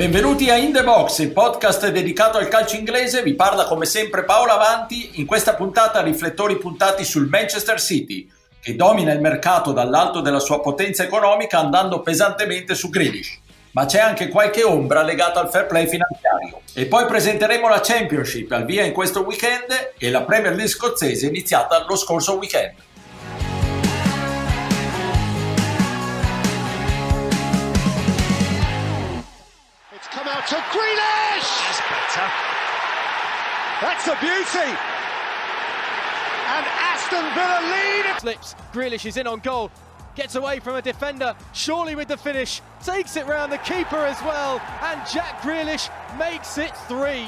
Benvenuti a In The Box, il podcast dedicato al calcio inglese. Vi parla come sempre Paolo Avanti. In questa puntata riflettori puntati sul Manchester City, che domina il mercato dall'alto della sua potenza economica andando pesantemente su Grealish. Ma c'è anche qualche ombra legata al fair play finanziario. E poi presenteremo la Championship al via in questo weekend e la Premier League scozzese iniziata lo scorso weekend. To Grealish! That's better. That's a beauty. And Aston Villa lead. Slips. Grealish is in on goal. Gets away from a defender. Surely with the finish. Takes it round the keeper as well. And Jack Grealish makes it 3.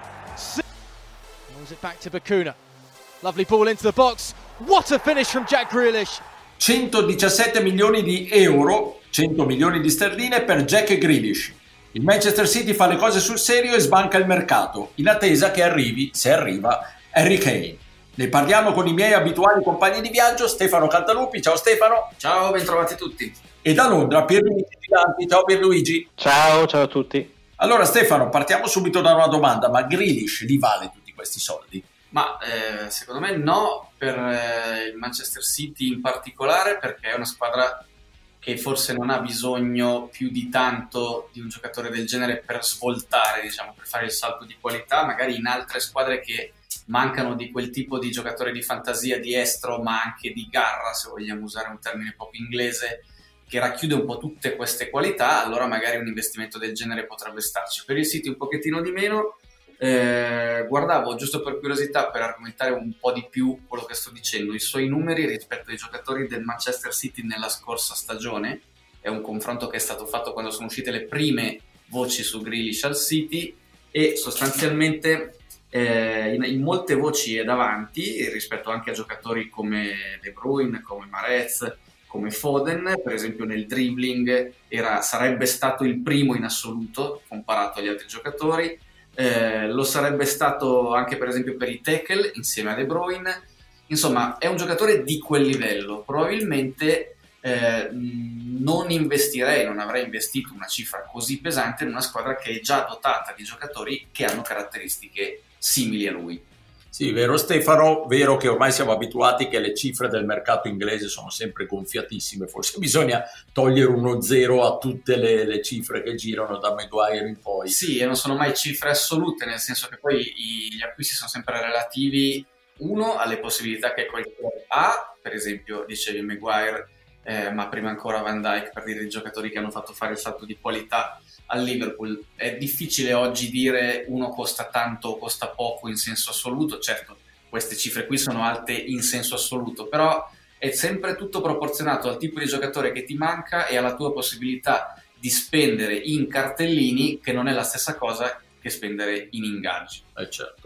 Rolls it back to Bacuna. Lovely ball into the box. What a finish from Jack Grealish. 117 milioni di euro, 100 milioni di sterline per Jack Grealish. Il Manchester City fa le cose sul serio e sbanca il mercato, in attesa che arrivi, se arriva, Harry Kane. Ne parliamo con i miei abituali compagni di viaggio, Stefano Cantalupi. Ciao Stefano. Ciao, bentrovati tutti. E da Londra Pierluigi Giganti. Ciao Pierluigi. Ciao a tutti. Allora Stefano, partiamo subito da una domanda, ma Grealish li vale tutti questi soldi? Ma secondo me no, per il Manchester City in particolare, perché è una squadra che forse non ha bisogno più di tanto di un giocatore del genere per svoltare, diciamo, per fare il salto di qualità. Magari in altre squadre che mancano di quel tipo di giocatore di fantasia, di estro, ma anche di garra, se vogliamo usare un termine poco inglese, che racchiude un po' tutte queste qualità, allora magari un investimento del genere potrebbe starci. Per il City un pochettino di meno. Guardavo, giusto per curiosità, per argomentare un po' di più quello che sto dicendo, i suoi numeri rispetto ai giocatori del Manchester City nella scorsa stagione. È un confronto che è stato fatto quando sono uscite le prime voci su Grealish al City, e sostanzialmente in molte voci è davanti rispetto anche a giocatori come De Bruyne, come Mahrez, come Foden. Per esempio nel dribbling sarebbe stato il primo in assoluto comparato agli altri giocatori. Lo sarebbe stato anche per esempio per i tackle insieme a De Bruyne. Insomma, è un giocatore di quel livello. Probabilmente non avrei investito una cifra così pesante in una squadra che è già dotata di giocatori che hanno caratteristiche simili a lui. Sì, vero Stefano, vero che ormai siamo abituati che le cifre del mercato inglese sono sempre gonfiatissime, forse bisogna togliere uno zero a tutte le cifre che girano da Maguire in poi. Sì, e non sono mai cifre assolute, nel senso che poi gli acquisti sono sempre relativi, uno, alle possibilità che qualcuno ha, per esempio dicevi Maguire, ma prima ancora Van Dijk, per dire i giocatori che hanno fatto fare il salto di qualità al Liverpool. È difficile oggi dire uno costa tanto o costa poco in senso assoluto. Certo, queste cifre qui sono alte in senso assoluto, però è sempre tutto proporzionato al tipo di giocatore che ti manca e alla tua possibilità di spendere in cartellini, che non è la stessa cosa che spendere in ingaggi. Certo.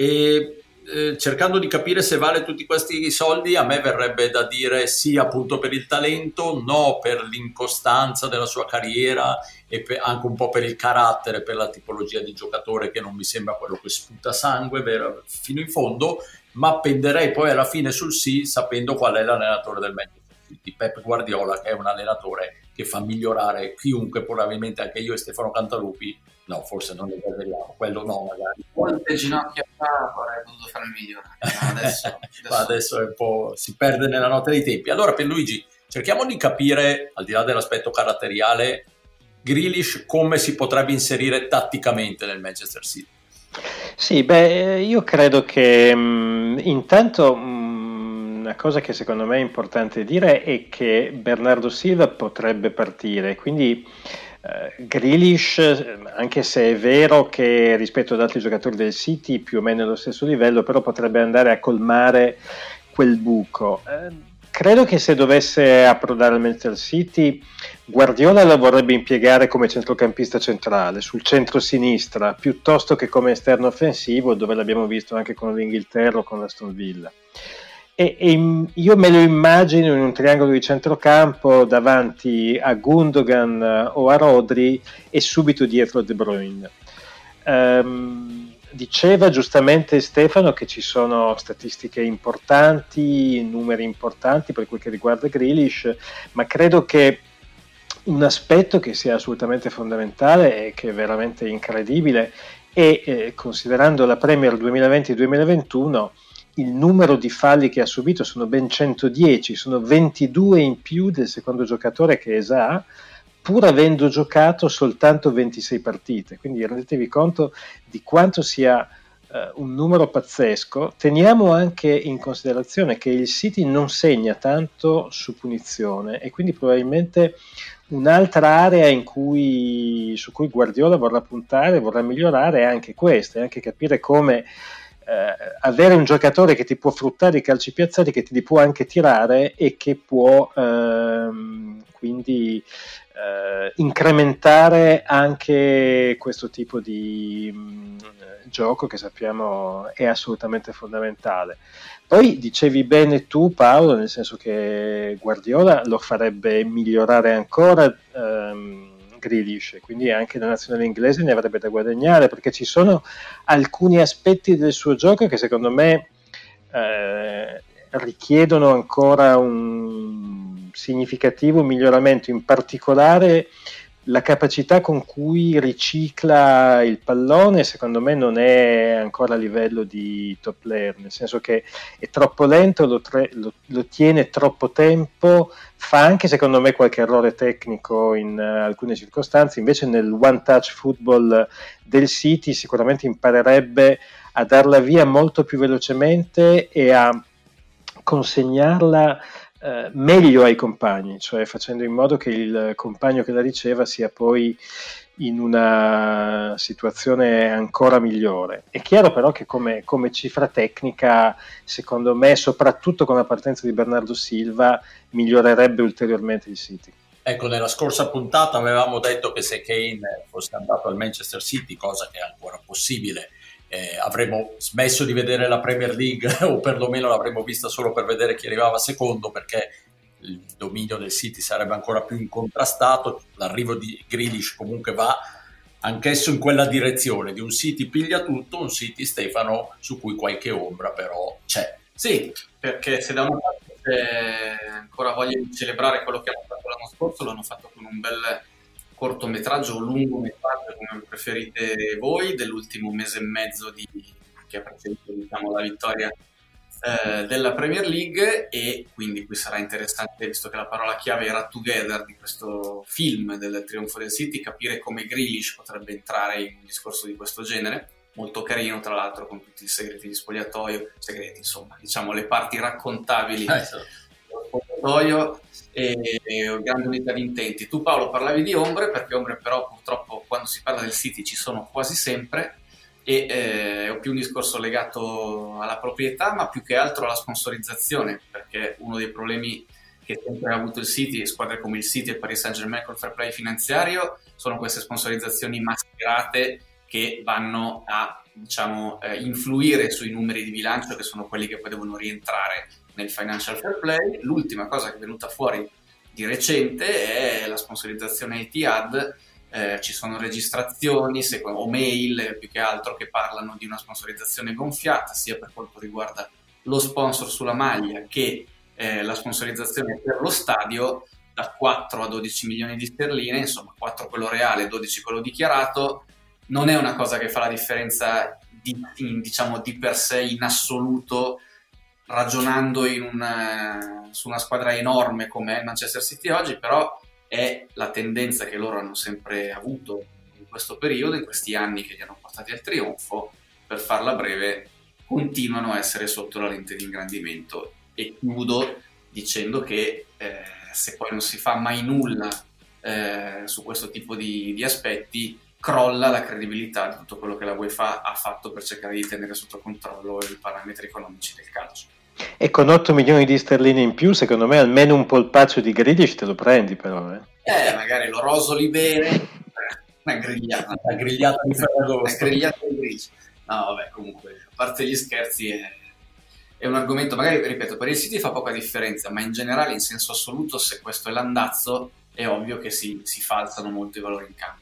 E cercando di capire se vale tutti questi soldi, a me verrebbe da dire sì appunto per il talento, no per l'incostanza della sua carriera e anche un po' per il carattere, per la tipologia di giocatore che non mi sembra quello che sputa sangue fino in fondo, ma penderei poi alla fine sul sì, sapendo qual è l'allenatore del Manchester City, Pep Guardiola, che è un allenatore che fa migliorare chiunque, probabilmente anche io e Stefano Cantalupi. No, forse non ne parliamo, quello no magari. Quante ginocchia fa, avrei potuto farmi migliorare. Adesso è un po', si perde nella notte dei tempi. Allora Pierluigi, cerchiamo di capire, al di là dell'aspetto caratteriale, Grealish come si potrebbe inserire tatticamente nel Manchester City. Sì, io credo che intanto una cosa che secondo me è importante dire è che Bernardo Silva potrebbe partire, quindi Grealish, anche se è vero che rispetto ad altri giocatori del City più o meno allo stesso livello, però potrebbe andare a colmare quel buco. Credo che se dovesse approdare al Manchester City, Guardiola lo vorrebbe impiegare come centrocampista centrale, sul centro-sinistra, piuttosto che come esterno offensivo, dove l'abbiamo visto anche con l'Inghilterra o con l'Aston Villa. E io me lo immagino in un triangolo di centrocampo davanti a Gundogan o a Rodri e subito dietro a De Bruyne. Diceva giustamente Stefano che ci sono statistiche importanti, numeri importanti per quel che riguarda Grealish, ma credo che un aspetto che sia assolutamente fondamentale e che è veramente incredibile e considerando la Premier 2020-2021 il numero di falli che ha subito sono ben 110, sono 22 in più del secondo giocatore che è Esa, pur avendo giocato soltanto 26 partite, quindi rendetevi conto di quanto sia un numero pazzesco. Teniamo anche in considerazione che il City non segna tanto su punizione e quindi probabilmente un'altra area su cui Guardiola vorrà puntare, vorrà migliorare è anche questa, è anche capire come avere un giocatore che ti può fruttare i calci piazzati, che ti li può anche tirare e che può quindi incrementare anche questo tipo di gioco che sappiamo è assolutamente fondamentale. Poi dicevi bene tu, Paolo, nel senso che Guardiola lo farebbe migliorare ancora Grealish, quindi anche la nazionale inglese ne avrebbe da guadagnare, perché ci sono alcuni aspetti del suo gioco che secondo me richiedono ancora un significativo miglioramento, in particolare la capacità con cui ricicla il pallone secondo me non è ancora a livello di top player, nel senso che è troppo lento, lo tiene troppo tempo, fa anche secondo me qualche errore tecnico in alcune circostanze, invece nel one touch football del City sicuramente imparerebbe a darla via molto più velocemente e a consegnarla meglio ai compagni, cioè facendo in modo che il compagno che la riceva sia poi in una situazione ancora migliore. È chiaro però che come cifra tecnica, secondo me, soprattutto con la partenza di Bernardo Silva, migliorerebbe ulteriormente il City. Ecco, nella scorsa puntata avevamo detto che se Kane fosse andato al Manchester City, cosa che è ancora possibile, avremmo smesso di vedere la Premier League o perlomeno l'avremmo vista solo per vedere chi arrivava secondo, perché il dominio del City sarebbe ancora più incontrastato. L'arrivo di Grealish comunque va anch'esso in quella direzione di un City piglia tutto, un City, Stefano, su cui qualche ombra però c'è. Sì, perché se da una parte c'è ancora voglia di celebrare quello che hanno fatto l'anno scorso, l'hanno fatto con un bel cortometraggio o lungometraggio, come preferite voi, dell'ultimo mese e mezzo che ha precedito, diciamo, la vittoria della Premier League, e quindi qui sarà interessante, visto che la parola chiave era together di questo film del trionfo del City, capire come Grealish potrebbe entrare in un discorso di questo genere, molto carino tra l'altro, con tutti i segreti di spogliatoio, insomma, diciamo le parti raccontabili dello spogliatoio e grande unità di intenti. Tu, Paolo, parlavi di ombre, perché ombre però purtroppo quando si parla del City ci sono quasi sempre, e ho più un discorso legato alla proprietà, ma più che altro alla sponsorizzazione, perché uno dei problemi che sempre ha avuto il City, squadre come il City e il Paris Saint-Germain col fair play finanziario, sono queste sponsorizzazioni mascherate che vanno a, diciamo, influire sui numeri di bilancio, che sono quelli che poi devono rientrare nel financial fair play. L'ultima cosa che è venuta fuori di recente è la sponsorizzazione Etihad. Ci sono registrazioni o mail più che altro che parlano di una sponsorizzazione gonfiata, sia per quanto riguarda lo sponsor sulla maglia che la sponsorizzazione per lo stadio, da 4 a 12 milioni di sterline, insomma 4 quello reale, 12 quello dichiarato. Non è una cosa che fa la differenza diciamo di per sé in assoluto, ragionando su una squadra enorme come è Manchester City oggi, però è la tendenza che loro hanno sempre avuto in questo periodo, in questi anni che li hanno portati al trionfo. Per farla breve, continuano a essere sotto la lente di ingrandimento, e chiudo dicendo che se poi non si fa mai nulla su questo tipo di aspetti, crolla la credibilità di tutto quello che la UEFA ha fatto per cercare di tenere sotto controllo i parametri economici del calcio. E con 8 milioni di sterline in più, secondo me almeno un polpaccio di Grealish te lo prendi, però. Magari lo rosoli bene, una grigliata di Ferragosto. Una grigliata di Grealish. No, vabbè, comunque, a parte gli scherzi, è un argomento, magari, ripeto, per il City fa poca differenza, ma in generale, in senso assoluto, se questo è l'andazzo, è ovvio che si falsano molto i valori in campo.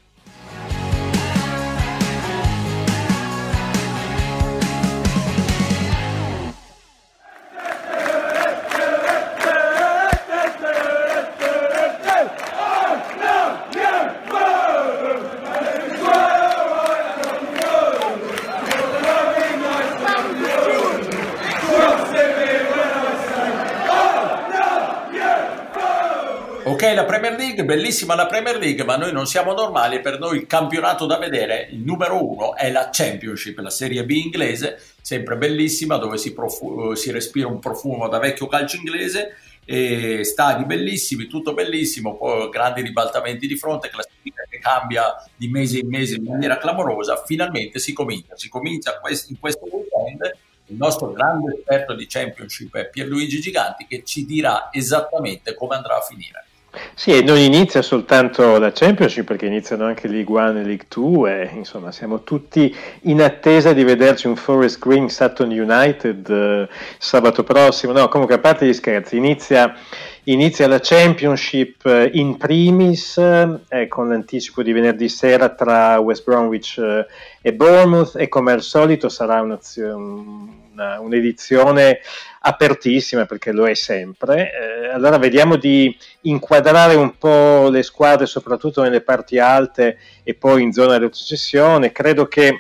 Ok, la Premier League, bellissima la Premier League, ma noi non siamo normali. Per noi il campionato da vedere, il numero uno, è la Championship, la Serie B inglese, sempre bellissima, dove si respira un profumo da vecchio calcio inglese, e stadi bellissimi, tutto bellissimo, poi grandi ribaltamenti di fronte, classifica che cambia di mese in mese in maniera clamorosa. Finalmente si comincia in questo weekend. Il nostro grande esperto di Championship è Pierluigi Giganti, che ci dirà esattamente come andrà a finire. Sì, e non inizia soltanto la Championship, perché iniziano anche League One e League Two, e insomma siamo tutti in attesa di vederci un Forest Green Sutton United sabato prossimo. No, comunque, a parte gli scherzi, inizia la Championship in primis con l'anticipo di venerdì sera tra West Bromwich e Bournemouth, e come al solito sarà un'edizione apertissima, perché lo è sempre. Allora vediamo di inquadrare un po' le squadre, soprattutto nelle parti alte e poi in zona di retrocessione. Credo che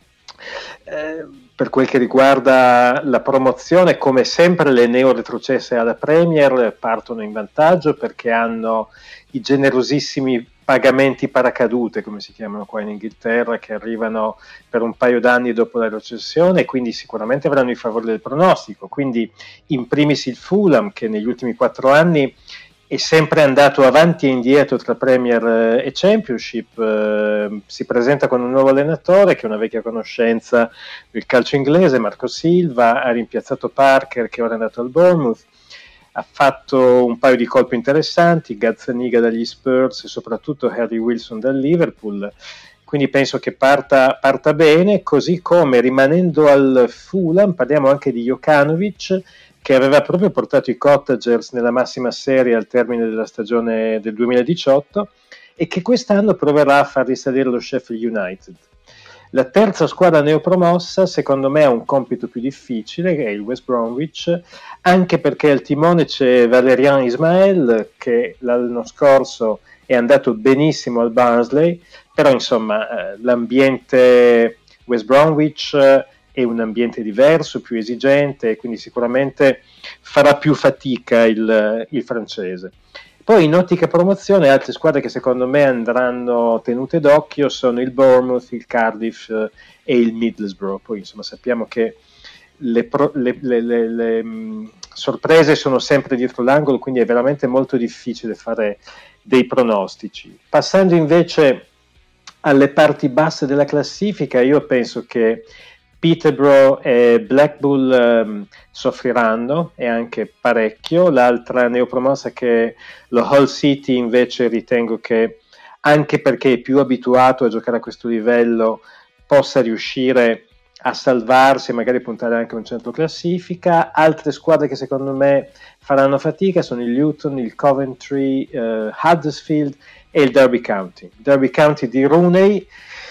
per quel che riguarda la promozione, come sempre le neo retrocesse alla Premier partono in vantaggio, perché hanno i generosissimi pagamenti paracadute, come si chiamano qua in Inghilterra, che arrivano per un paio d'anni dopo la recessione, e quindi sicuramente avranno i favori del pronostico. Quindi in primis il Fulham, che negli ultimi 4 anni è sempre andato avanti e indietro tra Premier e Championship, si presenta con un nuovo allenatore che è una vecchia conoscenza del calcio inglese, Marco Silva, ha rimpiazzato Parker, che ora è andato al Bournemouth, ha fatto un paio di colpi interessanti, Gazzaniga dagli Spurs e soprattutto Harry Wilson dal Liverpool, quindi penso che parta bene. Così come, rimanendo al Fulham, parliamo anche di Jokanovic, che aveva proprio portato i Cottagers nella massima serie al termine della stagione del 2018 e che quest'anno proverà a far risalire lo Sheffield United. La terza squadra neopromossa, secondo me, ha un compito più difficile, che è il West Bromwich, anche perché al timone c'è Valerian Ismael, che l'anno scorso è andato benissimo al Barnsley, però insomma l'ambiente West Bromwich è un ambiente diverso, più esigente, e quindi sicuramente farà più fatica il francese. Poi in ottica promozione, altre squadre che secondo me andranno tenute d'occhio sono il Bournemouth, il Cardiff e il Middlesbrough. Poi insomma sappiamo che le sorprese sono sempre dietro l'angolo, quindi è veramente molto difficile fare dei pronostici. Passando invece alle parti basse della classifica, io penso che Peterborough e Blackpool soffriranno, e anche parecchio. L'altra neopromossa, che è lo Hull City, invece ritengo che, anche perché è più abituato a giocare a questo livello, possa riuscire a salvarsi e magari puntare anche a un centro classifica. Altre squadre che secondo me faranno fatica sono il Luton, il Coventry, Huddersfield e il Derby County. Derby County di Rooney.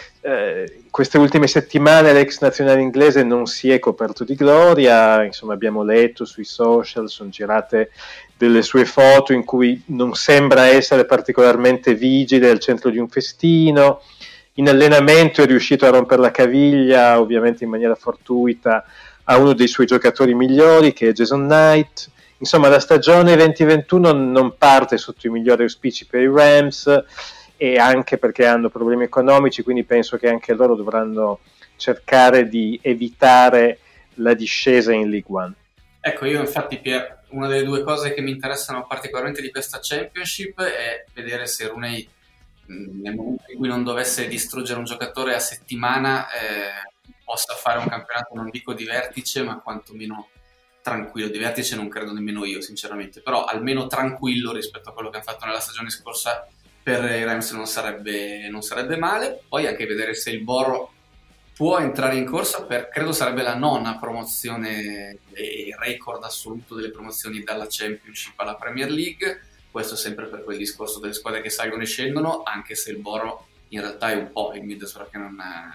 Queste ultime settimane l'ex nazionale inglese non si è coperto di gloria, insomma abbiamo letto sui social, sono girate delle sue foto in cui non sembra essere particolarmente vigile al centro di un festino. In allenamento è riuscito a rompere la caviglia, ovviamente in maniera fortuita, a uno dei suoi giocatori migliori, che è Jason Knight. Insomma, la stagione 2021 non parte sotto i migliori auspici per i Rams, e anche perché hanno problemi economici, quindi penso che anche loro dovranno cercare di evitare la discesa in League One. Ecco, io infatti, Pier, una delle due cose che mi interessano particolarmente di questa Championship è vedere se Rooney, nel momento in cui non dovesse distruggere un giocatore a settimana, possa fare un campionato, non dico di vertice, ma quantomeno tranquillo. Di vertice non credo nemmeno io, sinceramente, però almeno tranquillo rispetto a quello che ha fatto nella stagione scorsa. Per i Rams non sarebbe male. Poi anche vedere se il Borough può entrare in corsa, credo sarebbe la 9ª promozione e record assoluto delle promozioni dalla Championship alla Premier League. Questo sempre per quel discorso delle squadre che salgono e scendono, anche se il Borough in realtà è un po' il Middlesbrough che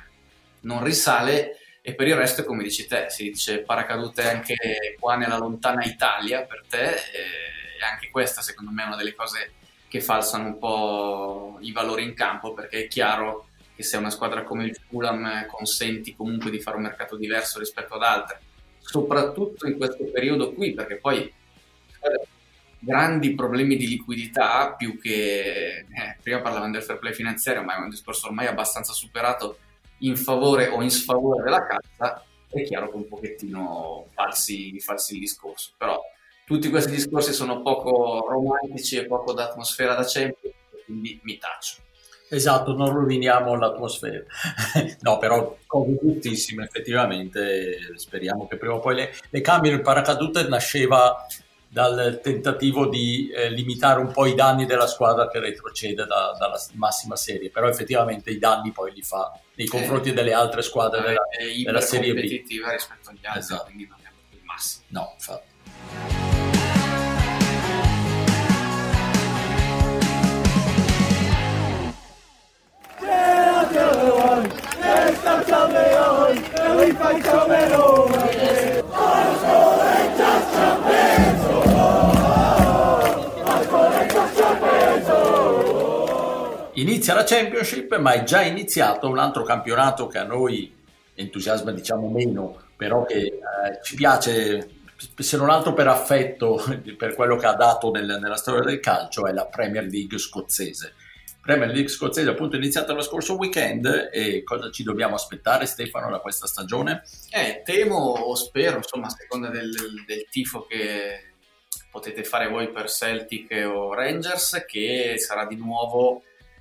non risale. E per il resto, come dici te, si dice paracadute anche qua nella lontana Italia per te, e anche questa secondo me è una delle cose che falsano un po' i valori in campo, perché è chiaro che se una squadra come il Fulham consenti comunque di fare un mercato diverso rispetto ad altre, soprattutto in questo periodo qui, perché poi grandi problemi di liquidità, più che prima parlavamo del fair play finanziario, ma è un discorso ormai abbastanza superato in favore o in sfavore della cassa. È chiaro che un pochettino falsi il discorso, però tutti questi discorsi sono poco romantici e poco d'atmosfera da Champions, quindi mi taccio. Esatto, non roviniamo l'atmosfera. No, però cose giustissime, effettivamente. Speriamo che prima o poi le cambino. Il paracadute nasceva dal tentativo di limitare un po' i danni della squadra che retrocede dalla massima serie, però effettivamente i danni poi li fa nei confronti delle altre squadre della Serie B. È competitiva rispetto agli altri, esatto. Quindi non è il massimo. No, infatti. Inizia la Championship, ma è già iniziato un altro campionato che a noi entusiasma diciamo meno, però che ci piace, se non altro per affetto per quello che ha dato nella storia del calcio, è la Premier League scozzese. Premier League scozzese appunto è iniziata lo scorso weekend, e cosa ci dobbiamo aspettare, Stefano, da questa stagione? Temo o spero, insomma, a seconda del tifo che potete fare voi per Celtic o Rangers, che sarà di nuovo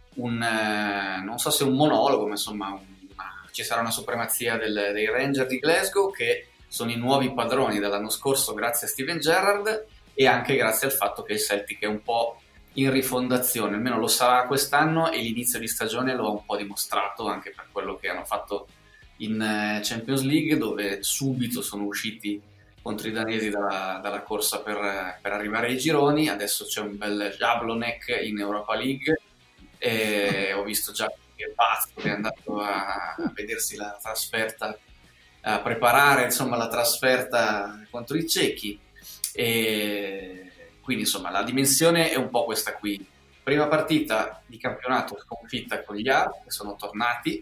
non so se un monologo, ma insomma ci sarà una supremazia dei Rangers di Glasgow, che sono i nuovi padroni dell'anno scorso grazie a Steven Gerrard, e anche grazie al fatto che il Celtic è un po' in rifondazione, almeno lo sarà quest'anno, e l'inizio di stagione lo ha un po' dimostrato, anche per quello che hanno fatto in Champions League, dove subito sono usciti contro i danesi dalla corsa per arrivare ai gironi. Adesso c'è un bel Jablonec in Europa League, e ho visto già che pazzo che è andato a vedersi la trasferta, a preparare insomma la trasferta contro i cechi, e quindi insomma la dimensione è un po' questa qui. Prima partita di campionato sconfitta con gli Hearts, che sono tornati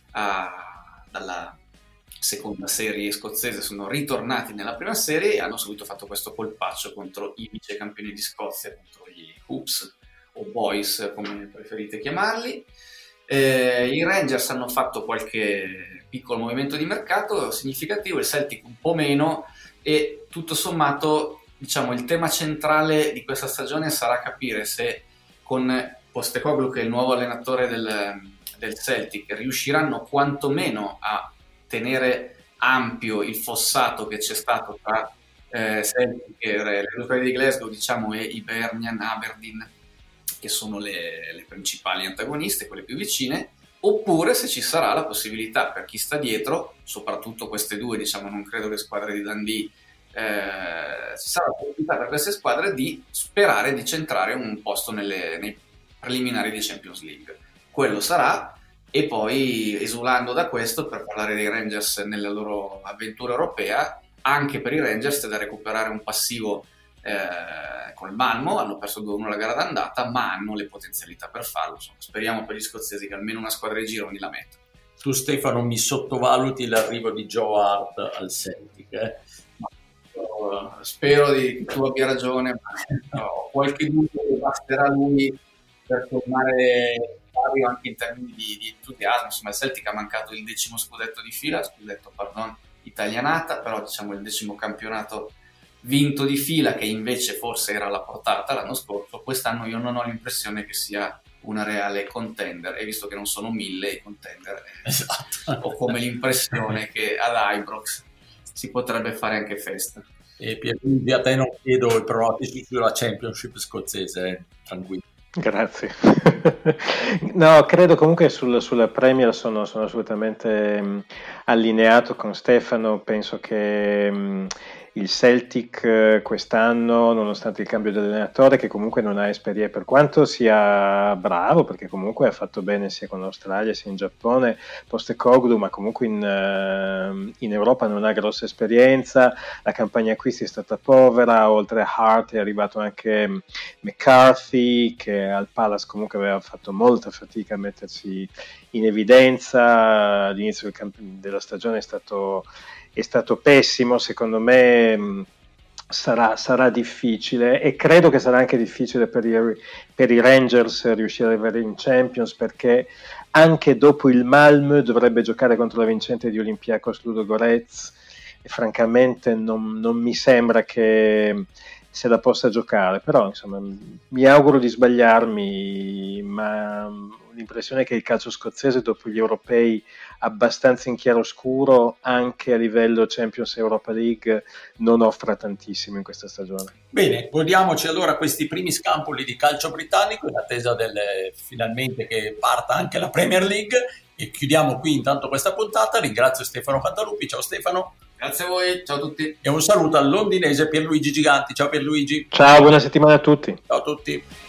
dalla seconda serie scozzese, sono ritornati nella prima serie e hanno subito fatto questo colpaccio contro i vice campioni di Scozia, contro gli Hoops o Boys, come preferite chiamarli. I Rangers hanno fatto qualche piccolo movimento di mercato significativo, il Celtic un po' meno, e tutto sommato diciamo il tema centrale di questa stagione sarà capire se con Postecoglou, che è il nuovo allenatore del Celtic, riusciranno quantomeno a tenere ampio il fossato che c'è stato tra Celtic e le Rockets di Glasgow, diciamo, e Hibernian, Aberdeen, che sono le principali antagoniste, quelle più vicine, oppure se ci sarà la possibilità per chi sta dietro, soprattutto queste due, diciamo, non credo che squadre di Dundee, ci sarà la possibilità per queste squadre di sperare di centrare un posto nei preliminari di Champions League. Quello sarà, e poi esulando da questo, per parlare dei Rangers nella loro avventura europea, anche per i Rangers è da recuperare un passivo col Malmo. Hanno perso 2-1 la gara d'andata, ma hanno le potenzialità per farlo. Insomma, speriamo per gli scozzesi che almeno una squadra di gironi la metta. Tu, Stefano, mi sottovaluti l'arrivo di Joe Hart al Celtic, Spero che tu abbia ragione, ma ho qualche dubbio che basterà lui per tornare anche in termini di entusiasmo. Insomma, il Celtic ha mancato il 10° scudetto di fila, italianata, però diciamo il 10° campionato vinto di fila, che invece forse era alla portata l'anno scorso. Quest'anno io non ho l'impressione che sia una reale contender, e visto che non sono 1000 i contender, esatto, ho come l'impressione che ad Ibrox si potrebbe fare anche festa. E Pierluigi, a te non chiedo i pronostici sulla Championship scozzese, tranquillo. Grazie. No, credo comunque sulla Premier sono assolutamente allineato con Stefano. Penso che il Celtic quest'anno, nonostante il cambio di allenatore, che comunque non ha esperienza, per quanto sia bravo, perché comunque ha fatto bene sia con l'Australia sia in Giappone, Postecoglou, ma comunque in Europa non ha grossa esperienza. La campagna acquisti è stata povera, oltre a Hart è arrivato anche McCarthy, che al Palace comunque aveva fatto molta fatica a mettersi in evidenza. L'inizio della stagione è stato pessimo. Secondo me sarà difficile, e credo che sarà anche difficile per i Rangers riuscire ad arrivare in Champions, perché anche dopo il Malmö dovrebbe giocare contro la vincente di Olympiacos Ludogorets e francamente non mi sembra che se la possa giocare, però insomma mi auguro di sbagliarmi, ma l'impressione è che il calcio scozzese dopo gli europei abbastanza in chiaroscuro anche a livello Champions Europa League non offra tantissimo in questa stagione. Bene, godiamoci allora questi primi scampoli di calcio britannico in attesa finalmente che parta anche la Premier League, e chiudiamo qui intanto questa puntata. Ringrazio Stefano Cantalupi. Ciao Stefano. Grazie a voi, ciao a tutti. E un saluto al londinese Pierluigi Giganti. Ciao Pierluigi. Ciao, buona settimana a tutti. Ciao a tutti.